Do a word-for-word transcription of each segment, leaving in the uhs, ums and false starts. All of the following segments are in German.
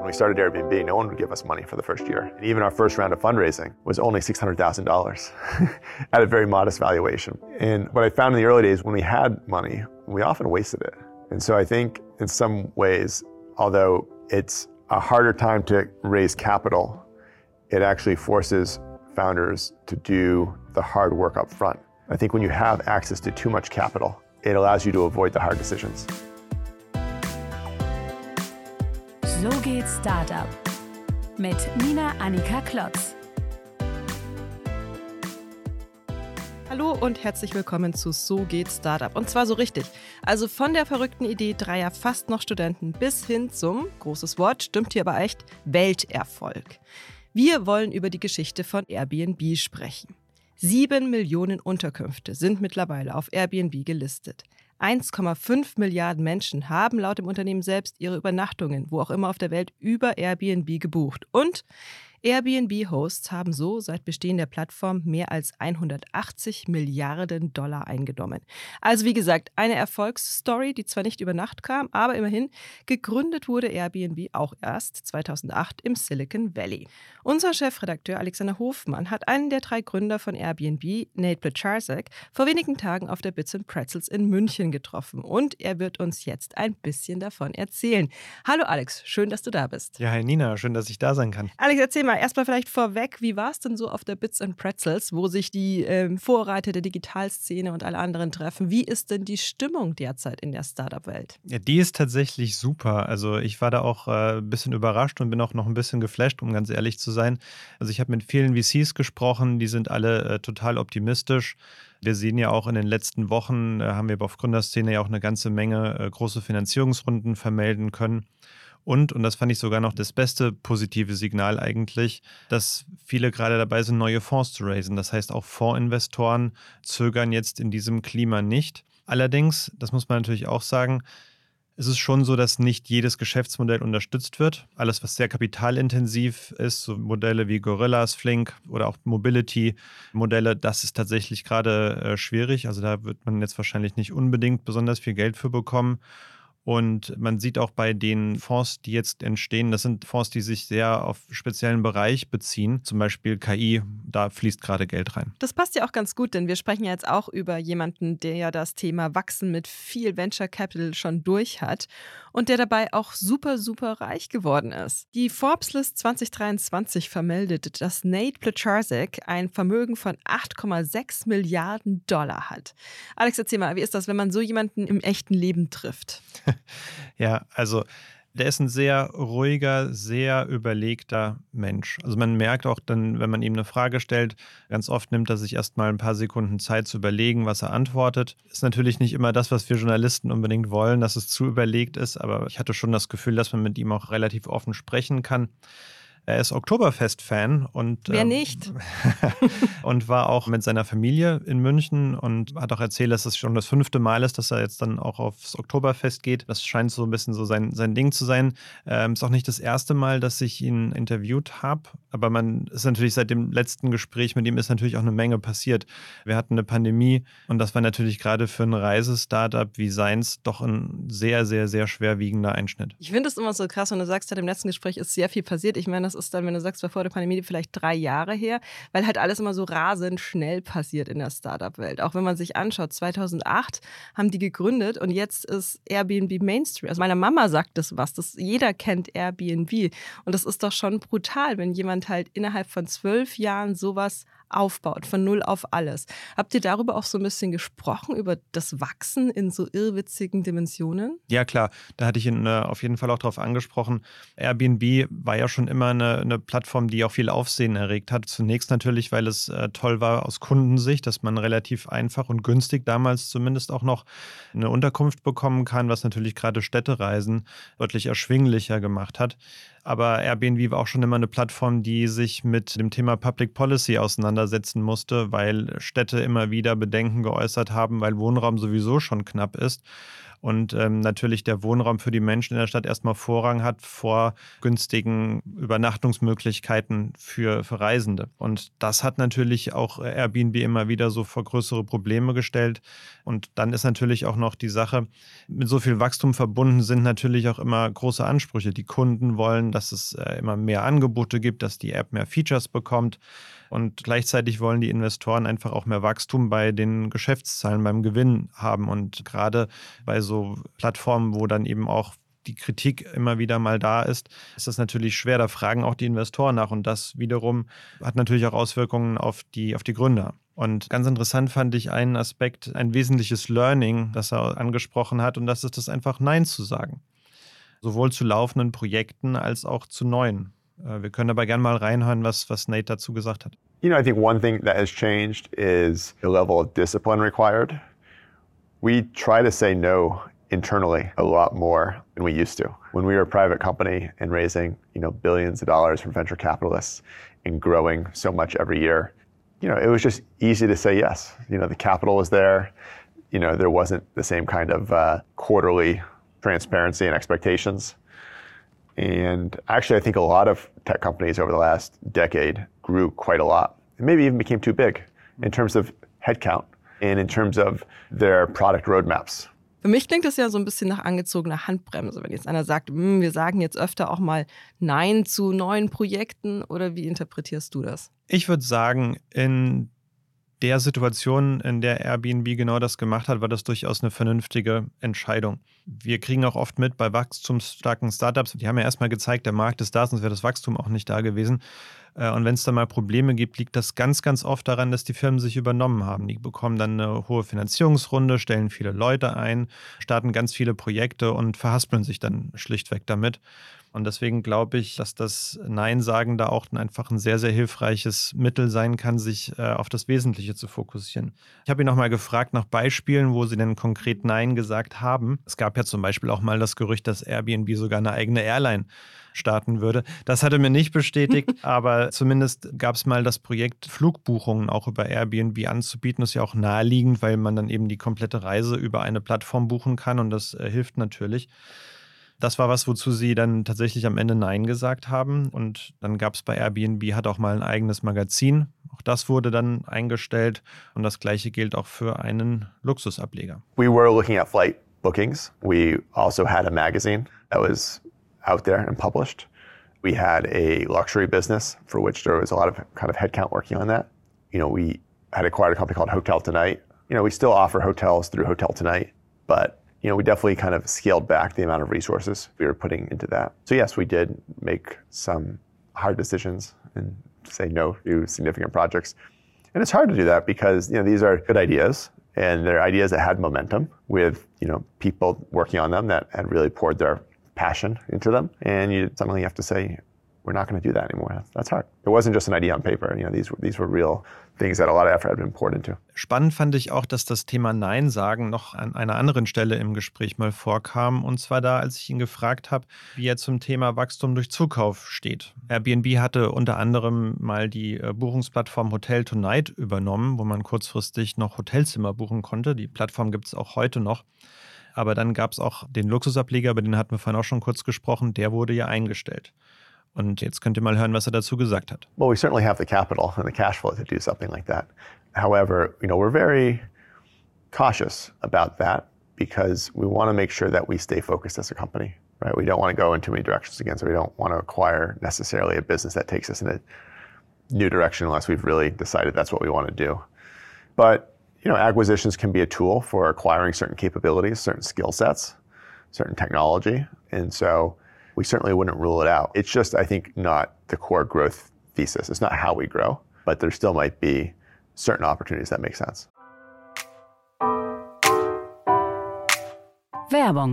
we started Airbnb, no one would give us money for the first year. And even our first round of fundraising was only six hundred thousand dollars at a very modest valuation. And what I found in the early days, when we had money, we often wasted it. And so I think in some ways, although it's a harder time to raise capital, it actually forces founders to do the hard work up front. I think when you have access to too much capital, it allows you to avoid the hard decisions. So geht Startup mit Nina Annika Klotz. Hallo und herzlich willkommen zu So geht Startup. Und zwar so richtig. Also von der verrückten Idee dreier fast noch Studenten bis hin zum, großes Wort, stimmt hier aber echt, Welterfolg. Wir wollen über die Geschichte von Airbnb sprechen. Sieben Millionen Unterkünfte sind mittlerweile auf Airbnb gelistet. eins Komma fünf Milliarden Menschen haben laut dem Unternehmen selbst ihre Übernachtungen, wo auch immer auf der Welt, über Airbnb gebucht. Und Airbnb-Hosts haben so seit Bestehen der Plattform mehr als hundertachtzig Milliarden Dollar eingenommen. Also wie gesagt, eine Erfolgsstory, die zwar nicht über Nacht kam, aber immerhin gegründet wurde Airbnb auch erst zweitausendacht im Silicon Valley. Unser Chefredakteur Alexander Hofmann hat einen der drei Gründer von Airbnb, Nate Plocharzek, vor wenigen Tagen auf der Bits and Pretzels in München getroffen und er wird uns jetzt ein bisschen davon erzählen. Hallo Alex, schön, dass du da bist. Ja, hi Nina, schön, dass ich da sein kann. Alex, erzähl mal erstmal vielleicht vorweg, wie war es denn so auf der Bits and Pretzels, wo sich die ähm, Vorreiter der Digitalszene und alle anderen treffen? Wie ist denn die Stimmung derzeit in der Startup-Welt? Ja, die ist tatsächlich super. Also ich war da auch äh, ein bisschen überrascht und bin auch noch ein bisschen geflasht, um ganz ehrlich zu sein. Also ich habe mit vielen V Cs gesprochen, die sind alle äh, total optimistisch. Wir sehen ja auch in den letzten Wochen, äh, haben wir auf Gründerszene ja auch eine ganze Menge äh, große Finanzierungsrunden vermelden können. Und, und das fand ich sogar noch das beste positive Signal eigentlich, dass viele gerade dabei sind, neue Fonds zu raisen. Das heißt, auch Fondsinvestoren zögern jetzt in diesem Klima nicht. Allerdings, das muss man natürlich auch sagen, es ist schon so, dass nicht jedes Geschäftsmodell unterstützt wird. Alles, was sehr kapitalintensiv ist, so Modelle wie Gorillas, Flink oder auch Mobility-Modelle, das ist tatsächlich gerade äh, schwierig. Also da wird man jetzt wahrscheinlich nicht unbedingt besonders viel Geld für bekommen. Und man sieht auch bei den Fonds, die jetzt entstehen, das sind Fonds, die sich sehr auf speziellen Bereich beziehen. Zum Beispiel K I, da fließt gerade Geld rein. Das passt ja auch ganz gut, denn wir sprechen ja jetzt auch über jemanden, der ja das Thema Wachsen mit viel Venture Capital schon durch hat und der dabei auch super, super reich geworden ist. Die Forbes-List zwanzig dreiundzwanzig vermeldet, dass Nate Plocharzek ein Vermögen von acht Komma sechs Milliarden Dollar hat. Alex, erzähl mal, wie ist das, wenn man so jemanden im echten Leben trifft? Ja, also der ist ein sehr ruhiger, sehr überlegter Mensch. Also man merkt auch dann, wenn man ihm eine Frage stellt, ganz oft nimmt er sich erst mal ein paar Sekunden Zeit zu überlegen, was er antwortet. Ist natürlich nicht immer das, was wir Journalisten unbedingt wollen, dass es zu überlegt ist, aber ich hatte schon das Gefühl, dass man mit ihm auch relativ offen sprechen kann. Er ist Oktoberfest-Fan und, Wer nicht? und war auch mit seiner Familie in München und hat auch erzählt, dass es schon das fünfte Mal ist, dass er jetzt dann auch aufs Oktoberfest geht. Das scheint so ein bisschen so sein, sein Ding zu sein. Ähm, ist auch nicht das erste Mal, dass ich ihn interviewt habe, aber man ist natürlich seit dem letzten Gespräch mit ihm ist natürlich auch eine Menge passiert. Wir hatten eine Pandemie und das war natürlich gerade für ein Reisestartup wie seins doch ein sehr, sehr, sehr schwerwiegender Einschnitt. Ich finde es immer so krass, wenn du sagst, seit dem letzten Gespräch ist sehr viel passiert. Ich meine, das ist dann, wenn du sagst, war vor der Pandemie vielleicht drei Jahre her, weil halt alles immer so rasend schnell passiert in der Startup-Welt. Auch wenn man sich anschaut, zweitausendacht haben die gegründet und jetzt ist Airbnb Mainstream. Also meiner Mama sagt das was, das, jeder kennt Airbnb und das ist doch schon brutal, wenn jemand halt innerhalb von zwölf Jahren sowas aufbaut, von null auf alles. Habt ihr darüber auch so ein bisschen gesprochen, über das Wachsen in so irrwitzigen Dimensionen? Ja, klar. Da hatte ich ihn äh, auf jeden Fall auch drauf angesprochen. Airbnb war ja schon immer eine, eine Plattform, die auch viel Aufsehen erregt hat. Zunächst natürlich, weil es äh, toll war aus Kundensicht, dass man relativ einfach und günstig damals zumindest auch noch eine Unterkunft bekommen kann, was natürlich gerade Städtereisen deutlich erschwinglicher gemacht hat. Aber Airbnb war auch schon immer eine Plattform, die sich mit dem Thema Public Policy auseinandersetzen musste, weil Städte immer wieder Bedenken geäußert haben, weil Wohnraum sowieso schon knapp ist. und ähm, natürlich der Wohnraum für die Menschen in der Stadt erstmal Vorrang hat vor günstigen Übernachtungsmöglichkeiten für, für Reisende. Und das hat natürlich auch Airbnb immer wieder so vor größere Probleme gestellt. Und dann ist natürlich auch noch die Sache, mit so viel Wachstum verbunden sind natürlich auch immer große Ansprüche. Die Kunden wollen, dass es äh, immer mehr Angebote gibt, dass die App mehr Features bekommt. Und gleichzeitig wollen die Investoren einfach auch mehr Wachstum bei den Geschäftszahlen, beim Gewinn haben. Und gerade bei so Plattformen, wo dann eben auch die Kritik immer wieder mal da ist, ist das natürlich schwer. Da fragen auch die Investoren nach. Und das wiederum hat natürlich auch Auswirkungen auf die, auf die Gründer. Und ganz interessant fand ich einen Aspekt, ein wesentliches Learning, das er angesprochen hat. Und das ist es einfach, Nein zu sagen. Sowohl zu laufenden Projekten als auch zu neuen. Wir können aber gerne mal reinhören, was, was Nate dazu gesagt hat. You know, I think one thing that has changed is the level of discipline required. We try to say no internally a lot more than we used to. When we were a private company and raising, you know, billions of dollars from venture capitalists and growing so much every year, you know, it was just easy to say yes. You know, the capital was there. You know, there wasn't the same kind of uh, quarterly transparency and expectations. And actually, I think a lot of tech companies over the last decade grew quite a lot, and maybe even became too big in terms of headcount and in terms of their product roadmaps. Für mich klingt das ja so ein bisschen nach angezogener Handbremse, wenn jetzt einer sagt, wir sagen jetzt öfter auch mal Nein zu neuen Projekten, oder wie interpretierst du das? Ich würde sagen, in der Situation, in der Airbnb genau das gemacht hat, war das durchaus eine vernünftige Entscheidung. Wir kriegen auch oft mit bei wachstumsstarken Startups, die haben ja erstmal gezeigt, der Markt ist da, sonst wäre das Wachstum auch nicht da gewesen. Und wenn es da mal Probleme gibt, liegt das ganz, ganz oft daran, dass die Firmen sich übernommen haben. Die bekommen dann eine hohe Finanzierungsrunde, stellen viele Leute ein, starten ganz viele Projekte und verhaspeln sich dann schlichtweg damit. Und deswegen glaube ich, dass das Nein-Sagen da auch einfach ein sehr, sehr hilfreiches Mittel sein kann, sich äh, auf das Wesentliche zu fokussieren. Ich habe ihn noch mal gefragt nach Beispielen, wo sie denn konkret Nein gesagt haben. Es gab ja zum Beispiel auch mal das Gerücht, dass Airbnb sogar eine eigene Airline starten würde. Das hat er mir nicht bestätigt, aber zumindest gab es mal das Projekt, Flugbuchungen auch über Airbnb anzubieten. Das ist ja auch naheliegend, weil man dann eben die komplette Reise über eine Plattform buchen kann, und das äh, hilft natürlich. Das war was, wozu sie dann tatsächlich am Ende Nein gesagt haben. Und dann gab es bei Airbnb, hat auch mal ein eigenes Magazin. Auch das wurde dann eingestellt. Und das Gleiche gilt auch für einen Luxusableger. We were looking at flight bookings. We also had a magazine that was out there and published. We had a luxury business for which there was a lot of kind of headcount working on that. You know, we had acquired a company called Hotel Tonight. You know, we still offer hotels through Hotel Tonight, but you know, we definitely kind of scaled back the amount of resources we were putting into that. So yes, we did make some hard decisions and say no to significant projects. And it's hard to do that because, you know, these are good ideas, and they're ideas that had momentum with, you know, people working on them that had really poured their passion into them. And you suddenly have to say, we're not going to do that anymore. That's, that's hard. It wasn't just an idea on paper. You know, these, these were real things that a lot of effort had been poured into. Spannend fand ich auch, dass das Thema Nein sagen noch an einer anderen Stelle im Gespräch mal vorkam. Und zwar da, als ich ihn gefragt habe, wie er zum Thema Wachstum durch Zukauf steht. Airbnb hatte unter anderem mal die Buchungsplattform Hotel Tonight übernommen, wo man kurzfristig noch Hotelzimmer buchen konnte. Die Plattform gibt es auch heute noch. Aber dann gab es auch den Luxusableger, über den hatten wir vorhin auch schon kurz gesprochen. Der wurde ja eingestellt. Und jetzt könnt ihr mal hören, was er dazu gesagt hat. Well, we certainly have the capital and the cash flow to do something like that. However, you know, we're very cautious about that because we want to make sure that we stay focused as a company, right? We don't want to go in too many directions again, so we don't want to acquire necessarily a business that takes us in a new direction unless we've really decided that's what we want to do. But, you know, acquisitions can be a tool for acquiring certain capabilities, certain skill sets, certain technology, and so we certainly wouldn't rule it out. It's just, I think, not the core growth thesis. It's not how we grow, but there still might be certain opportunities that make sense. Werbung.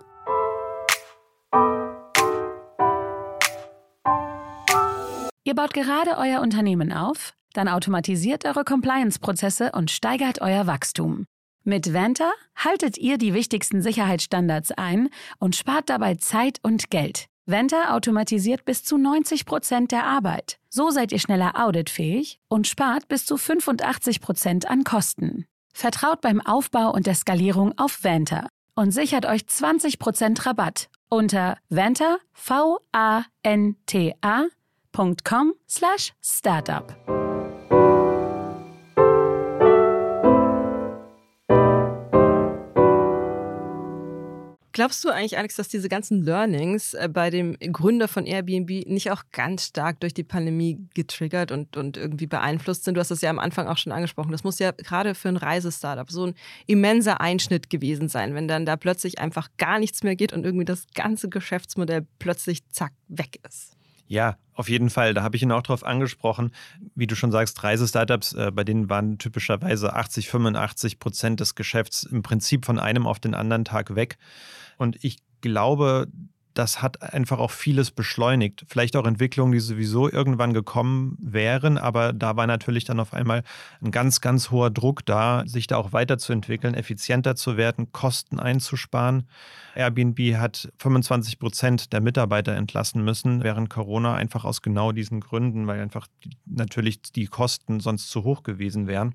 Ihr baut gerade euer Unternehmen auf? Dann automatisiert eure Compliance-Prozesse und steigert euer Wachstum. Mit Vanta haltet ihr die wichtigsten Sicherheitsstandards ein und spart dabei Zeit und Geld. Vanta automatisiert bis zu neunzig Prozent der Arbeit. So seid ihr schneller auditfähig und spart bis zu fünfundachtzig Prozent an Kosten. Vertraut beim Aufbau und der Skalierung auf Vanta. und sichert euch zwanzig Prozent Rabatt unter vanta, V A N T A Punkt com slash startup. Glaubst du eigentlich, Alex, dass diese ganzen Learnings bei dem Gründer von Airbnb nicht auch ganz stark durch die Pandemie getriggert und, und irgendwie beeinflusst sind? Du hast das ja am Anfang auch schon angesprochen. Das muss ja gerade für ein Reisestartup so ein immenser Einschnitt gewesen sein, wenn dann da plötzlich einfach gar nichts mehr geht und irgendwie das ganze Geschäftsmodell plötzlich zack weg ist. Ja, auf jeden Fall. Da habe ich ihn auch drauf angesprochen. Wie du schon sagst, Reisestartups, äh, bei denen waren typischerweise achtzig, fünfundachtzig Prozent des Geschäfts im Prinzip von einem auf den anderen Tag weg. Und ich glaube, das hat einfach auch vieles beschleunigt. Vielleicht auch Entwicklungen, die sowieso irgendwann gekommen wären, aber da war natürlich dann auf einmal ein ganz, ganz hoher Druck da, sich da auch weiterzuentwickeln, effizienter zu werden, Kosten einzusparen. Airbnb hat fünfundzwanzig Prozent der Mitarbeiter entlassen müssen während Corona, einfach aus genau diesen Gründen, weil einfach natürlich die Kosten sonst zu hoch gewesen wären.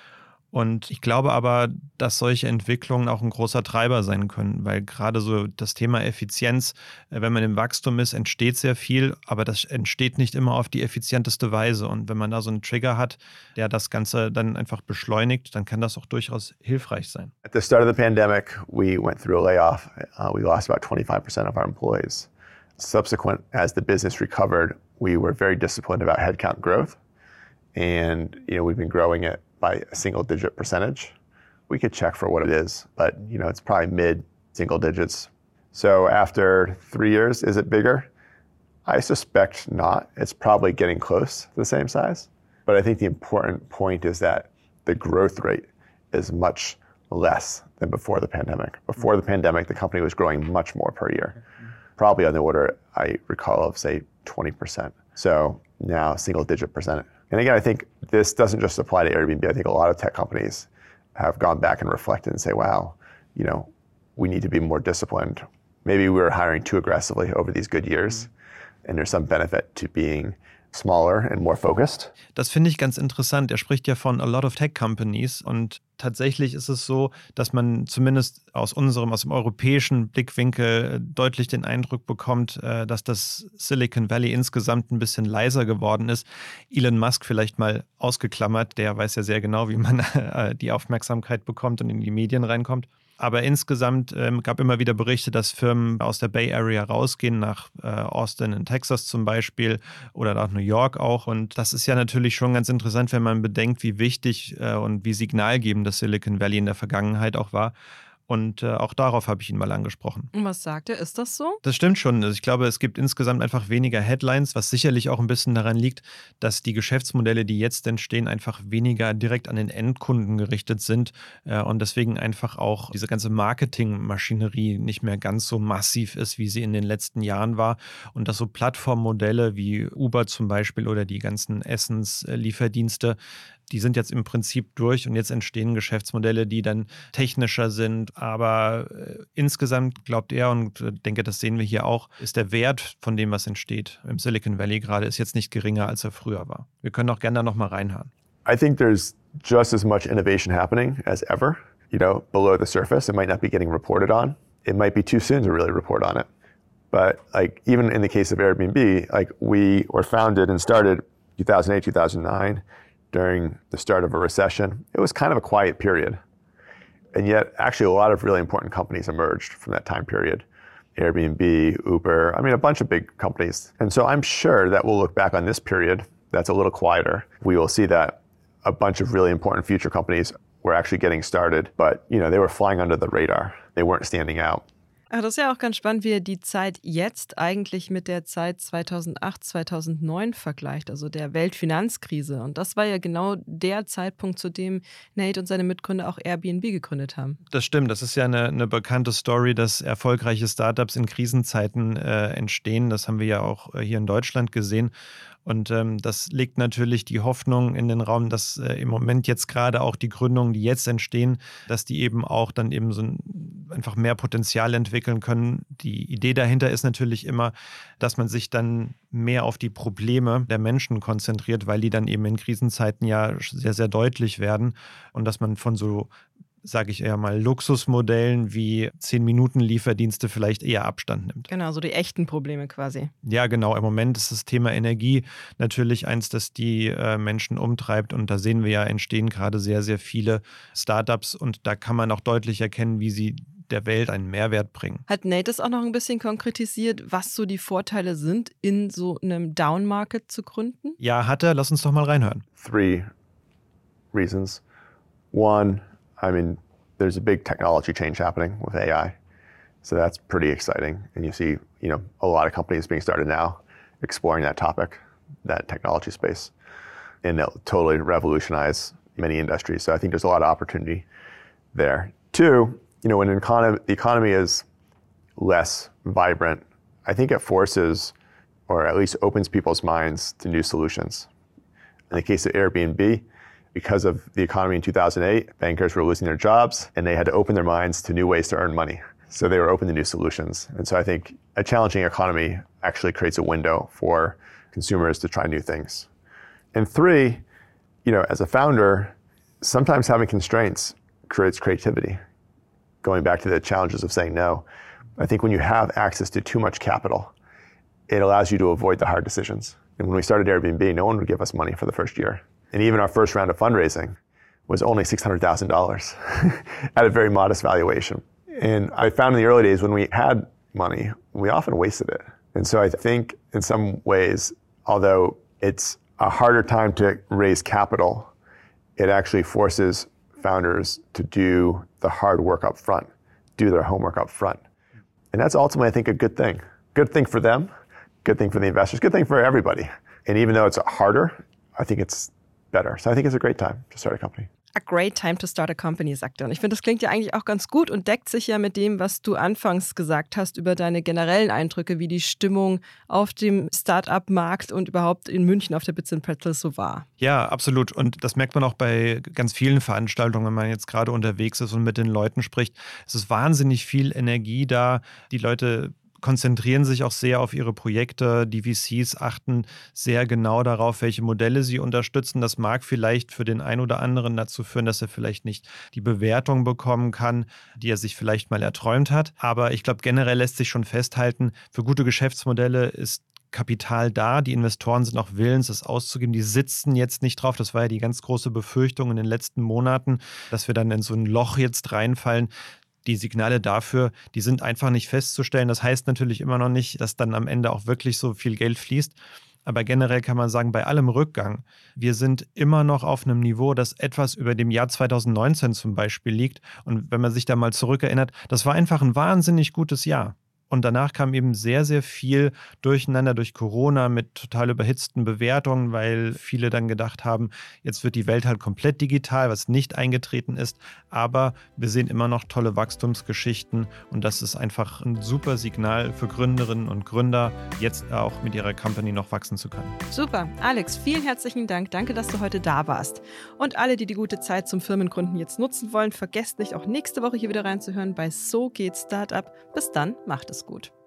Und ich glaube aber, dass solche Entwicklungen auch ein großer Treiber sein können, weil gerade so das Thema Effizienz, wenn man im Wachstum ist, entsteht sehr viel, aber das entsteht nicht immer auf die effizienteste Weise. Und wenn man da so einen Trigger hat, der das Ganze dann einfach beschleunigt, dann kann das auch durchaus hilfreich sein. At the start of the pandemic, we went through a layoff. Uh, we lost about twenty-five percent of our employees. Subsequent, as the business recovered, we were very disciplined about headcount growth. And, you know, we've been growing it by a single digit percentage. We could check for what it is, but you know, it's probably mid single digits. So after three years, is it bigger? I suspect not. It's probably getting close to the same size. But I think the important point is that the growth rate is much less than before the pandemic. Before the pandemic, the company was growing much more per year, probably on the order, I recall, of say twenty percent. So now single digit percent. And again, I think this doesn't just apply to Airbnb. I think a lot of tech companies have gone back and reflected and say, wow, you know, we need to be more disciplined. Maybe we were hiring too aggressively over these good years. And there's some benefit to being smaller and more focused. Das finde ich ganz interessant. Er spricht ja von a lot of tech companies und tatsächlich ist es so, dass man zumindest aus unserem, aus dem europäischen Blickwinkel deutlich den Eindruck bekommt, dass das Silicon Valley insgesamt ein bisschen leiser geworden ist. Elon Musk vielleicht mal ausgeklammert, der weiß ja sehr genau, wie man die Aufmerksamkeit bekommt und in die Medien reinkommt. Aber insgesamt ähm, gab immer wieder Berichte, dass Firmen aus der Bay Area rausgehen, nach äh, Austin in Texas zum Beispiel oder nach New York auch. Und das ist ja natürlich schon ganz interessant, wenn man bedenkt, wie wichtig äh, und wie signalgebend das Silicon Valley in der Vergangenheit auch war. Und äh, auch darauf habe ich ihn mal angesprochen. Und was sagt er? Ist das so? Das stimmt schon. Also ich glaube, es gibt insgesamt einfach weniger Headlines, was sicherlich auch ein bisschen daran liegt, dass die Geschäftsmodelle, die jetzt entstehen, einfach weniger direkt an den Endkunden gerichtet sind äh, und deswegen einfach auch diese ganze Marketingmaschinerie nicht mehr ganz so massiv ist, wie sie in den letzten Jahren war. Und dass so Plattformmodelle wie Uber zum Beispiel oder die ganzen Essenslieferdienste, die sind jetzt im Prinzip durch und jetzt entstehen Geschäftsmodelle, die dann technischer sind. Aber äh, insgesamt glaubt er, und äh, denke, das sehen wir hier auch, ist der Wert von dem, was entsteht im Silicon Valley gerade, ist jetzt nicht geringer, als er früher war. Wir können auch gerne da nochmal reinhören. I think there's just as much innovation happening as ever, you know, below the surface. It might not be getting reported on. It might be too soon to really report on it. But like even in the case of Airbnb, like we were founded and started two thousand eight, two thousand nine. During the start of a recession. It was kind of a quiet period. And yet, actually, a lot of really important companies emerged from that time period. Airbnb, Uber, I mean, a bunch of big companies. And so I'm sure that we'll look back on this period that's a little quieter. We will see that a bunch of really important future companies were actually getting started, but, you know, they were flying under the radar. They weren't standing out. Aber das ist ja auch ganz spannend, wie er die Zeit jetzt eigentlich mit der Zeit zweitausendacht, zweitausendneun vergleicht, also der Weltfinanzkrise. Und das war ja genau der Zeitpunkt, zu dem Nate und seine Mitgründer auch Airbnb gegründet haben. Das stimmt, das ist ja eine, eine bekannte Story, dass erfolgreiche Startups in Krisenzeiten äh, entstehen. Das haben wir ja auch äh, hier in Deutschland gesehen. Und ähm, das legt natürlich die Hoffnung in den Raum, dass äh, im Moment jetzt gerade auch die Gründungen, die jetzt entstehen, dass die eben auch dann eben so ein, einfach mehr Potenzial entwickeln können. Die Idee dahinter ist natürlich immer, dass man sich dann mehr auf die Probleme der Menschen konzentriert, weil die dann eben in Krisenzeiten ja sehr, sehr deutlich werden und dass man von so sage ich eher mal, Luxusmodellen wie zehn Minuten Lieferdienste vielleicht eher Abstand nimmt. Genau, so die echten Probleme quasi. Ja, genau. Im Moment ist das Thema Energie natürlich eins, das die äh, Menschen umtreibt. Und da sehen wir ja, entstehen gerade sehr, sehr viele Startups. Und da kann man auch deutlich erkennen, wie sie der Welt einen Mehrwert bringen. Hat Nate das auch noch ein bisschen konkretisiert, was so die Vorteile sind, in so einem Down-Market zu gründen? Ja, hat er. Lass uns doch mal reinhören. Three reasons. One, I mean, there's a big technology change happening with A I. So that's pretty exciting. And you see, you know, a lot of companies being started now exploring that topic, that technology space. And it'll totally revolutionize many industries. So I think there's a lot of opportunity there. Two, you know, when an economy, the economy is less vibrant, I think it forces, or at least opens people's minds to new solutions. In the case of Airbnb, because of the economy in two thousand eight, bankers were losing their jobs and they had to open their minds to new ways to earn money. So they were open to new solutions. And so I think a challenging economy actually creates a window for consumers to try new things. And three, you know, as a founder, sometimes having constraints creates creativity. Going back to the challenges of saying no, I think when you have access to too much capital, it allows you to avoid the hard decisions. And when we started Airbnb, no one would give us money for the first year. And even our first round of fundraising was only six hundred thousand dollars at a very modest valuation. And I found in the early days when we had money, we often wasted it. And so I think in some ways, although it's a harder time to raise capital, it actually forces founders to do the hard work up front, do their homework up front. And that's ultimately, I think, a good thing. Good thing for them, good thing for the investors, good thing for everybody. And even though it's harder, I think it's better. So I think it's a great time to start a company. A great time to start a company, sagt er. Und ich finde, das klingt ja eigentlich auch ganz gut und deckt sich ja mit dem, was du anfangs gesagt hast über deine generellen Eindrücke, wie die Stimmung auf dem Start-up-Markt und überhaupt in München auf der Bits and Pretzels so war. Ja, absolut. Und das merkt man auch bei ganz vielen Veranstaltungen, wenn man jetzt gerade unterwegs ist und mit den Leuten spricht. Es ist wahnsinnig viel Energie da. Die Leute konzentrieren sich auch sehr auf ihre Projekte. Die V Cs achten sehr genau darauf, welche Modelle sie unterstützen. Das mag vielleicht für den einen oder anderen dazu führen, dass er vielleicht nicht die Bewertung bekommen kann, die er sich vielleicht mal erträumt hat. Aber ich glaube, generell lässt sich schon festhalten, für gute Geschäftsmodelle ist Kapital da, die Investoren sind auch willens, es auszugeben, die sitzen jetzt nicht drauf. Das war ja die ganz große Befürchtung in den letzten Monaten, dass wir dann in so ein Loch jetzt reinfallen. Die Signale dafür, die sind einfach nicht festzustellen. Das heißt natürlich immer noch nicht, dass dann am Ende auch wirklich so viel Geld fließt. Aber generell kann man sagen, bei allem Rückgang, wir sind immer noch auf einem Niveau, das etwas über dem Jahr zweitausendneunzehn zum Beispiel liegt. Und wenn man sich da mal zurückerinnert, das war einfach ein wahnsinnig gutes Jahr. Und danach kam eben sehr, sehr viel Durcheinander durch Corona mit total überhitzten Bewertungen, weil viele dann gedacht haben, jetzt wird die Welt halt komplett digital, was nicht eingetreten ist. Aber wir sehen immer noch tolle Wachstumsgeschichten und das ist einfach ein super Signal für Gründerinnen und Gründer, jetzt auch mit ihrer Company noch wachsen zu können. Super. Alex, vielen herzlichen Dank. Danke, dass du heute da warst. Und alle, die die gute Zeit zum Firmengründen jetzt nutzen wollen, vergesst nicht, auch nächste Woche hier wieder reinzuhören bei So geht Startup. Bis dann, macht es gut.